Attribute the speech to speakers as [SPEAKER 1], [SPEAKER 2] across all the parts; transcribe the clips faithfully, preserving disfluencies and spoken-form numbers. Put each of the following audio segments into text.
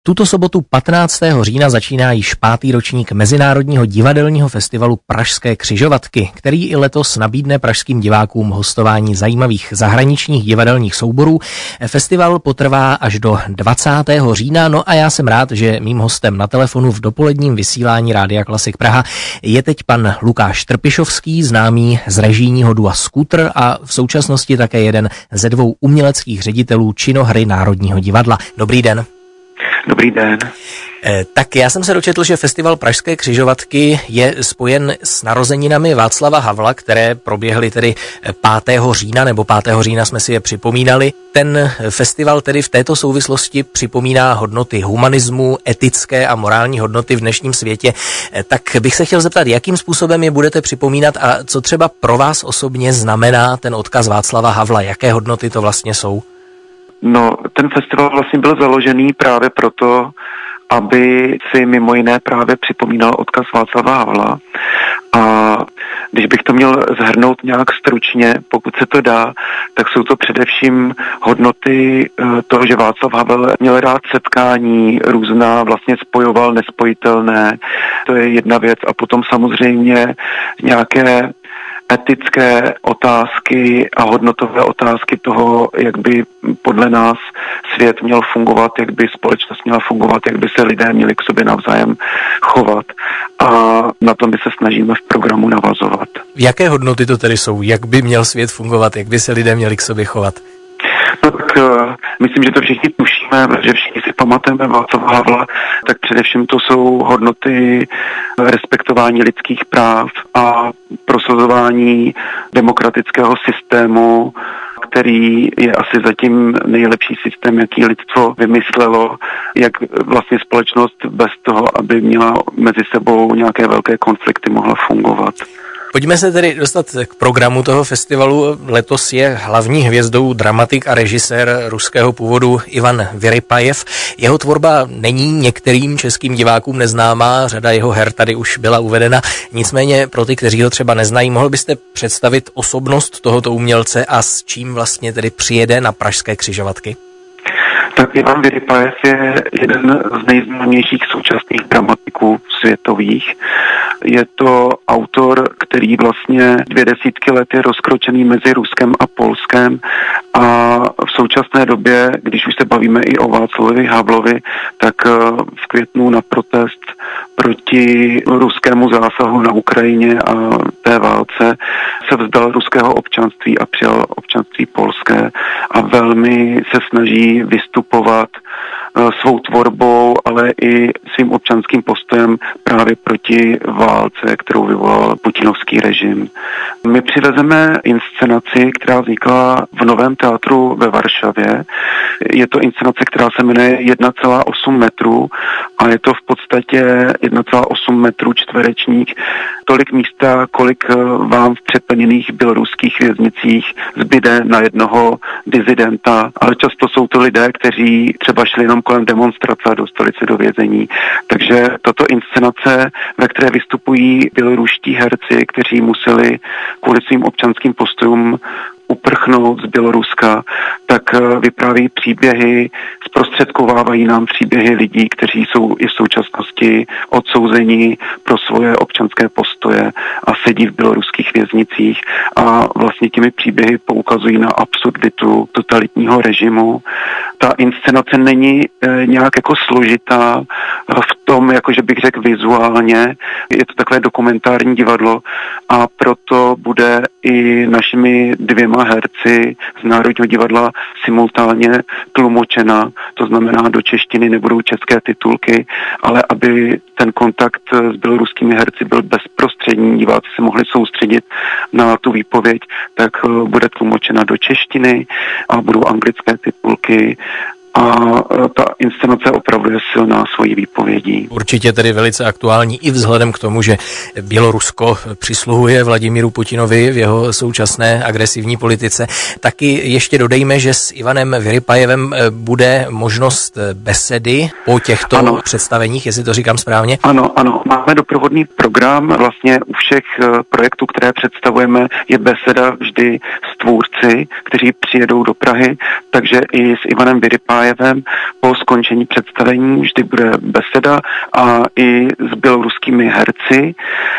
[SPEAKER 1] Tuto sobotu patnáctého října začíná již pátý ročník Mezinárodního divadelního festivalu Pražské křižovatky, který i letos nabídne pražským divákům hostování zajímavých zahraničních divadelních souborů. Festival potrvá až do dvacátého října, no a já jsem rád, že mým hostem na telefonu v dopoledním vysílání Rádia Klasik Praha je teď pan Lukáš Trpišovský, známý z režijního dua Skútr a v současnosti také jeden ze dvou uměleckých ředitelů činohry Národního divadla. Dobrý den.
[SPEAKER 2] Dobrý den.
[SPEAKER 1] Tak já jsem se dočetl, že festival Pražské křižovatky je spojen s narozeninami Václava Havla, které proběhly tedy pátého října, nebo pátého října jsme si je připomínali. Ten festival tedy v této souvislosti připomíná hodnoty humanismu, etické a morální hodnoty v dnešním světě. Tak bych se chtěl zeptat, jakým způsobem je budete připomínat a co třeba pro vás osobně znamená ten odkaz Václava Havla, jaké hodnoty to vlastně jsou?
[SPEAKER 2] No, ten festival vlastně byl založený právě proto, aby si mimo jiné právě připomínal odkaz Václava Havla. A když bych to měl zhrnout nějak stručně, pokud se to dá, tak jsou to především hodnoty toho, že Václav Havel měl rád setkání, různá vlastně spojoval nespojitelné. To je jedna věc. A potom samozřejmě nějaké etické otázky a hodnotové otázky toho, jak by podle nás svět měl fungovat, jak by společnost měla fungovat, jak by se lidé měli k sobě navzájem chovat. A na to my se snažíme v programu navazovat.
[SPEAKER 1] Jaké hodnoty to tedy jsou? Jak by měl svět fungovat? Jak by se lidé měli k sobě chovat?
[SPEAKER 2] No tak uh, myslím, že to všichni tušíme, že všichni si pamatujeme Václava Havla, tak především to jsou hodnoty respektování lidských práv a prosazování demokratického systému, který je asi zatím nejlepší systém, jaký lidstvo vymyslelo, jak vlastně společnost bez toho, aby měla mezi sebou nějaké velké konflikty, mohla fungovat.
[SPEAKER 1] Pojďme se tedy dostat k programu toho festivalu. Letos je hlavní hvězdou dramatik a režisér ruského původu Ivan Vyrypajev. Jeho tvorba není některým českým divákům neznámá, řada jeho her tady už byla uvedena. Nicméně pro ty, kteří ho třeba neznají, mohl byste představit osobnost tohoto umělce a s čím vlastně tedy přijede na Pražské křižovatky?
[SPEAKER 2] Tak Ivan Vyrypajev je jeden z nejznámějších současných dramatiků světových. Je to autor, který vlastně dvě desítky let je rozkročený mezi Ruskem a Polskem a v současné době, když už se bavíme i o Václavovi Havlovi, tak v květnu na protest proti ruskému zásahu na Ukrajině a té válce se vzdal ruského občanství a přijal občanství polské a velmi se snaží vystupovat svou tvorbou, ale i svým občanským postojem právě proti válce, kterou vyvolal putinovský režim. My přivezeme inscenaci, která vznikla v Novém teátru ve Varšavě. Je to inscenace, která se jmenuje jedna celá osm metrů a je to v podstatě jedna celá osm metrů čtverečních. Tolik místa, kolik vám v přeplněných běloruských věznicích zbyde na jednoho dizidenta, ale často jsou to lidé, kteří třeba šli jenom kolem demonstrace a dostali se do vězení. Takže tato inscenace, ve které vystupují běloruští herci, kteří museli kvůli svým občanským postojům uprchnout z Běloruska, tak vypráví příběhy, zprostředkovávají nám příběhy lidí, kteří jsou i v současnosti odsouzeni pro svoje občanské postoje a sedí v běloruských věznicích a vlastně těmi příběhy poukazují na absurditu totalitního režimu. Ta inscenace není e, nějak jako složitá v tom, jakože bych řekl vizuálně, je to takové dokumentární divadlo a proto bude i našimi dvěma herci z Národního divadla simultánně tlumočena, to znamená do češtiny nebudou české titulky, ale aby ten kontakt s běloruskými herci byl bezprostřední, diváci se mohli soustředit na tu výpověď, tak bude tlumočena do češtiny a budou anglické titulky. A ta inscenace opravdu je silná svojí výpovědí.
[SPEAKER 1] Určitě tedy velice aktuální i vzhledem k tomu, že Bělorusko přisluhuje Vladimíru Putinovi v jeho současné agresivní politice. Taky ještě dodejme, že s Ivanem Vyrypajevem bude možnost besedy po těchto ano. představeních, jestli to říkám správně.
[SPEAKER 2] Ano, ano. Máme doprovodný program. Vlastně u všech projektů, které představujeme, je beseda vždy s tvůrci, kteří přijedou do Prahy, takže i s Ivanem Vyrypajem Vyrypájevem po skončení představení vždy bude beseda a i s běloruskými herci.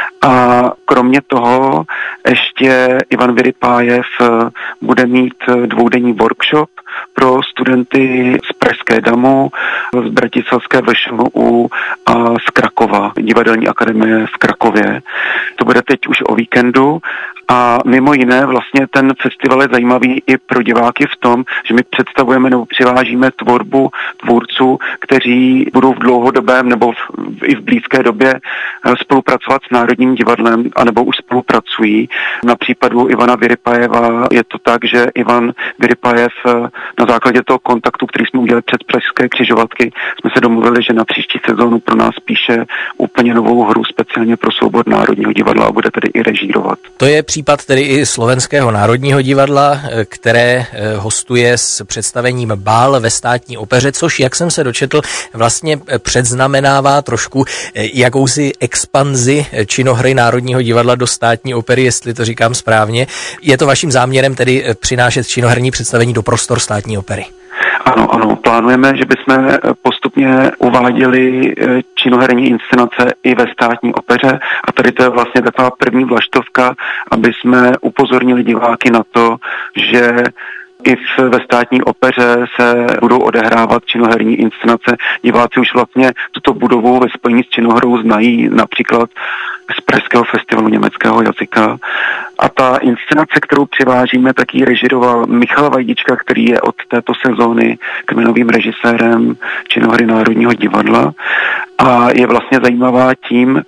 [SPEAKER 2] A kromě toho ještě Ivan Vyrypájev bude mít dvoudenní workshop pro studenty z Pražské Damu, z Bratislavské V Š M U a z Krakova, Divadelní akademie v Krakově. To bude teď už o víkendu a mimo jiné vlastně ten festival je zajímavý i pro diváky v tom, že my představujeme nebo přivážíme tvorbu tvůrců, kteří budou v dlouhodobém nebo v, i v blízké době spolupracovat s Národním divadlem anebo už spolupracují. Na případu Ivana Vyrypájeva je to tak, že Ivan Vyrypájev na základě toho kontaktu, který jsme udělali před Pražské křižovatky, jsme se domluvili, že na příští sezónu pro nás píše úplně novou hru speciálně pro soubor Národního divadla a bude tedy i režírovat.
[SPEAKER 1] To je případ tedy i Slovenského národního divadla, které hostuje s představením Bál ve Státní opeře, což, jak jsem se dočetl, vlastně předznamenává trošku jakousi expanzi činohry Národního divadla do Státní opery, jestli to říkám správně. Je to vaším záměrem tedy přinášet činoherní představení do prostor Státní opery?
[SPEAKER 2] Ano, ano, plánujeme, že bychom postupně uváděli činoherní inscenace i ve Státní opeře a tady to je vlastně taková první vlaštovka, aby jsme upozornili diváky na to, že i ve Státní opeře se budou odehrávat činoherní inscenace. Diváci už vlastně tuto budovu ve spojení s činohrou znají například z Pražského festivalu německého jazyka. A ta inscenace, kterou přivážíme, tak ji režiroval Michal Vajdička, který je od této sezóny kmenovým režisérem činohry Národního divadla. A je vlastně zajímavá tím,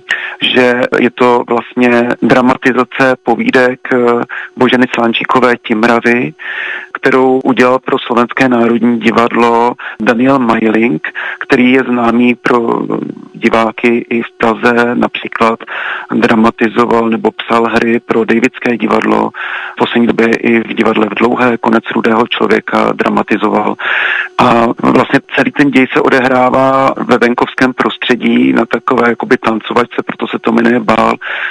[SPEAKER 2] že je to vlastně dramatizace povídek Boženy Slánčíkové Timravy, kterou udělal pro Slovenské národní divadlo Daniel Majling, který je známý pro diváky i v Praze, například dramatizoval nebo psal hry pro Davidské divadlo, v poslední době i v divadle v Dlouhé, Konec rudého člověka dramatizoval. A vlastně celý ten děj se odehrává ve venkovském prostředí na takové jakoby tancovačce, proto se to jmenuje Bál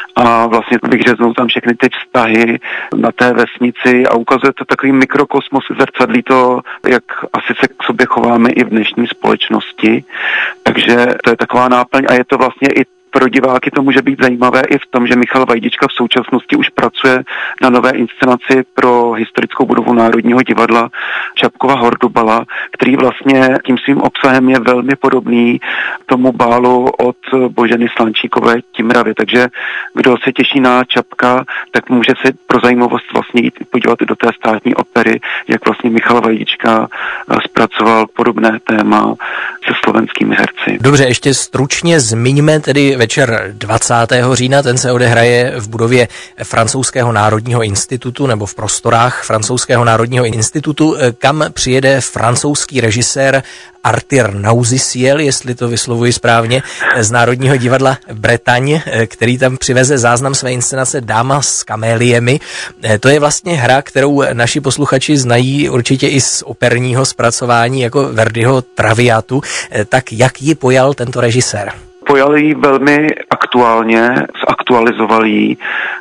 [SPEAKER 2] a vlastně vyhřeznou tam všechny ty vztahy na té vesnici a ukazuje to takový mikrokosmos, zrcadlí to, jak asi se k sobě chováme i v dnešní společnosti. Takže to je taková náplň a je to vlastně i pro diváky to může být zajímavé i v tom, že Michal Vajdička v současnosti už pracuje na nové inscenaci pro historickou budovu Národního divadla Čapkova Hordubala, který vlastně tím svým obsahem je velmi podobný tomu Bálu od Boženy Slánčíkové Timravy. Takže kdo se těší na Čapka, tak může se pro zajímavost vlastně jít podívat do té Státní opery, jak vlastně Michal Vajdička zpracoval podobné téma se slovenskými herci.
[SPEAKER 1] Dobře, ještě stručně zmiňme tedy večer dvacátého října, ten se odehraje v budově Francouzského národního institutu nebo v prostorách Francouzského národního institutu, kam přijede francouzský režisér Arthur Nauzisiel, jestli to vyslovuji správně, z Národního divadla Bretagne, který tam přiveze záznam své inscenace Dáma s kaméliemi. To je vlastně hra, kterou naši posluchači znají určitě i z operního zpracování jako Verdiho Traviatu. Tak jak ji pojal tento režisér?
[SPEAKER 2] Pojal ji velmi aktuálně, zaktualizoval ji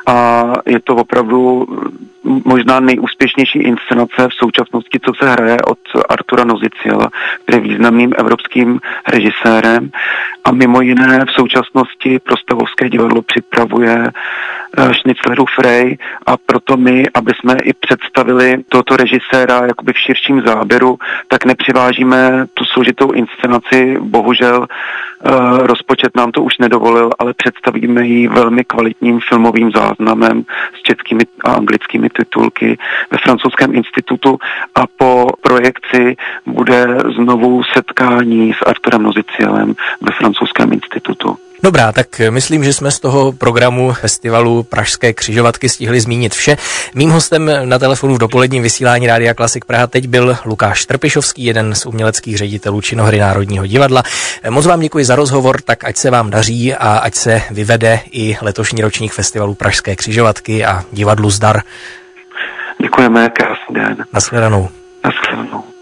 [SPEAKER 2] a je to opravdu možná nejúspěšnější inscenace v současnosti, co se hraje od Artura Nauzisiela, který je významným evropským režisérem a mimo jiné v současnosti pro Stavovské divadlo připravuje Šniclerův Rej a proto my, aby jsme i představili tohoto režiséra jakoby v širším záběru, tak nepřivážíme tu složitou inscenaci, bohužel rozpočet nám to už nedovolil, ale představíme ji velmi kvalitním filmovým záznamem s českými a anglickými titulky ve Francouzském institutu a po projekci bude znovu setkání s Arturem Nauzisielem ve Francouzském institutu.
[SPEAKER 1] Dobrá, tak myslím, že jsme z toho programu festivalu Pražské křižovatky stihli zmínit vše. Mým hostem na telefonu v dopoledním vysílání Rádia Klasik Praha teď byl Lukáš Trpišovský, jeden z uměleckých ředitelů činohry Národního divadla. Moc vám děkuji za rozhovor, tak ať se vám daří a ať se vyvede i letošní ročník festivalu Pražské křižovatky a divadlu zdar.
[SPEAKER 2] Děkujeme, krásný den.
[SPEAKER 1] Nashledanou.
[SPEAKER 2] Nashledanou.